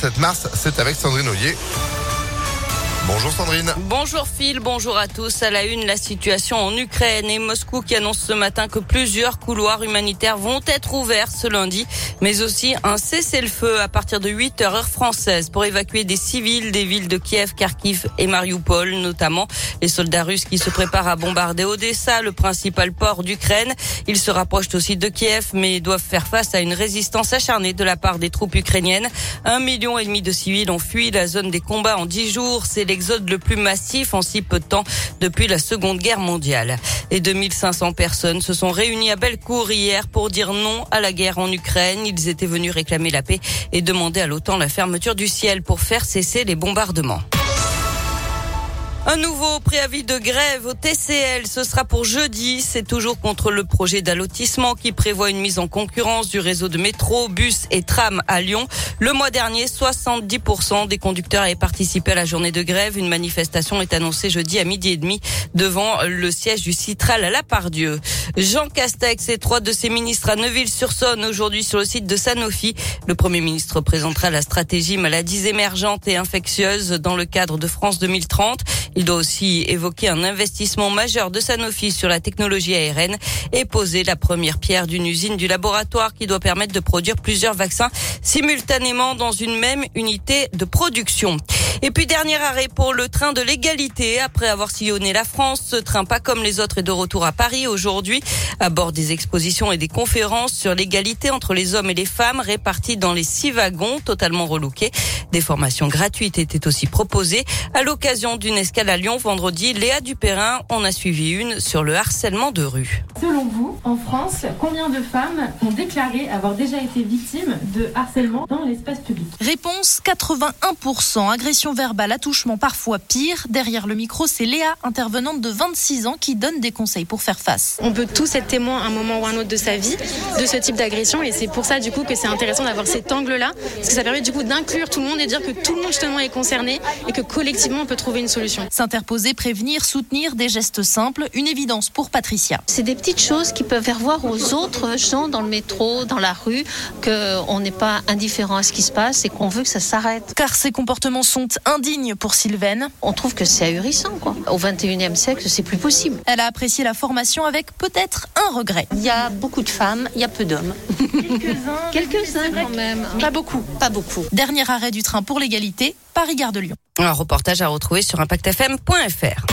7 mars, c'est avec Sandrine Ollier. Bonjour Sandrine. Bonjour Phil, bonjour à tous. À la une, la situation en Ukraine et Moscou qui annonce ce matin que plusieurs couloirs humanitaires vont être ouverts ce lundi, mais aussi un cessez-le-feu à partir de 8h heure française pour évacuer des civils des villes de Kiev, Kharkiv et Mariupol notamment. Les soldats russes qui se préparent à bombarder Odessa, le principal port d'Ukraine. Ils se rapprochent aussi de Kiev mais doivent faire face à une résistance acharnée de la part des troupes ukrainiennes. 1,5 million de civils ont fui la zone des combats en 10 jours. C'est l'exode le plus massif en si peu de temps depuis la Seconde Guerre mondiale. Et 2500 personnes se sont réunies à Bellecour hier pour dire non à la guerre en Ukraine. Ils étaient venus réclamer la paix et demander à l'OTAN la fermeture du ciel pour faire cesser les bombardements. Un nouveau préavis de grève au TCL, ce sera pour jeudi. C'est toujours contre le projet d'allotissement qui prévoit une mise en concurrence du réseau de métro, bus et tram à Lyon. Le mois dernier, 70% des conducteurs avaient participé à la journée de grève. Une manifestation est annoncée jeudi à 12h30 devant le siège du Citral à La Part-Dieu. Jean Castex et 3 de ses ministres à Neuville-sur-Saône aujourd'hui sur le site de Sanofi. Le Premier ministre présentera la stratégie maladies émergentes et infectieuses dans le cadre de France 2030. Il doit aussi évoquer un investissement majeur de Sanofi sur la technologie ARN et poser la première pierre d'une usine du laboratoire qui doit permettre de produire plusieurs vaccins simultanément dans une même unité de production. Et puis dernier arrêt pour le train de l'égalité. Après avoir sillonné la France, ce train pas comme les autres est de retour à Paris aujourd'hui. À bord des expositions et des conférences sur l'égalité entre les hommes et les femmes répartis dans les 6 wagons totalement relookés. Des formations gratuites étaient aussi proposées. À l'occasion d'une escale à Lyon vendredi, Léa Dupérin en a suivi une sur le harcèlement de rue. Selon vous, en France, combien de femmes ont déclaré avoir déjà été victimes de harcèlement dans l'espace public ? Réponse 81%. Agression verbale, attouchement, parfois pire. Derrière le micro, c'est Léa, intervenante de 26 ans, qui donne des conseils pour faire face. On peut tous être témoin à un moment ou à un autre de sa vie de ce type d'agression et c'est pour ça du coup que c'est intéressant d'avoir cet angle-là parce que ça permet du coup d'inclure tout le monde et de dire que tout le monde justement est concerné et que collectivement on peut trouver une solution. S'interposer, prévenir, soutenir, des gestes simples, une évidence pour Patricia. C'est des petites choses qui peuvent faire voir aux autres gens dans le métro, dans la rue, qu'on n'est pas indifférent à ce qui se passe et qu'on veut que ça s'arrête. Car ces comportements sont indignes pour Sylvaine. On trouve que c'est ahurissant, quoi. Au 21e siècle, c'est plus possible. Elle a apprécié la formation avec peut-être un regret. Il y a beaucoup de femmes, il y a peu d'hommes. Quelques-uns quand même. Pas beaucoup. Dernier arrêt du train pour l'égalité, Paris-Gare de Lyon. Un reportage à retrouver sur impactfm.fr.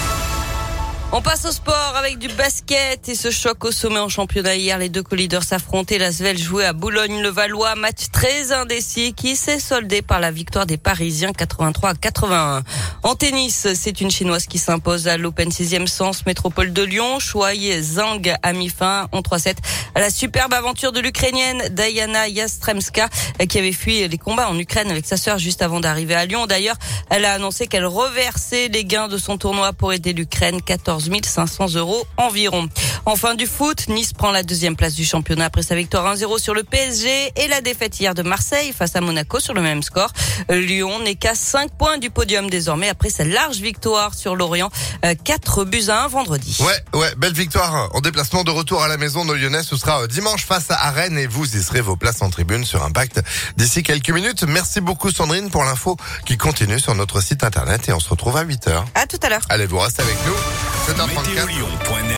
On passe au sport avec du basket et ce choc au sommet en championnat. Hier, les deux co-leaders s'affrontaient. L'Asvel jouait à Boulogne-le-Valois. Match très indécis qui s'est soldé par la victoire des Parisiens 83-81. En tennis, c'est une Chinoise qui s'impose à l'Open 6e Sens Métropole de Lyon. Shuai Zhang a mis fin en 3-7 à la superbe aventure de l'Ukrainienne Diana Yastremska qui avait fui les combats en Ukraine avec sa sœur juste avant d'arriver à Lyon. D'ailleurs, elle a annoncé qu'elle reversait les gains de son tournoi pour aider l'Ukraine, 14 500 € environ. Enfin du foot, Nice prend la 2e place du championnat après sa victoire 1-0 sur le PSG et la défaite hier de Marseille face à Monaco sur le même score. Lyon n'est qu'à 5 points du podium désormais après sa large victoire sur Lorient, 4-1 vendredi. Ouais, belle victoire en déplacement de retour à la maison. Nos Lyonnais, ce sera dimanche face à Rennes et vous y serez vos places en tribune sur Impact d'ici quelques minutes. Merci beaucoup Sandrine pour l'info qui continue sur notre site internet et on se retrouve à 8h. À tout à l'heure. Allez, vous restez avec nous. 7h34.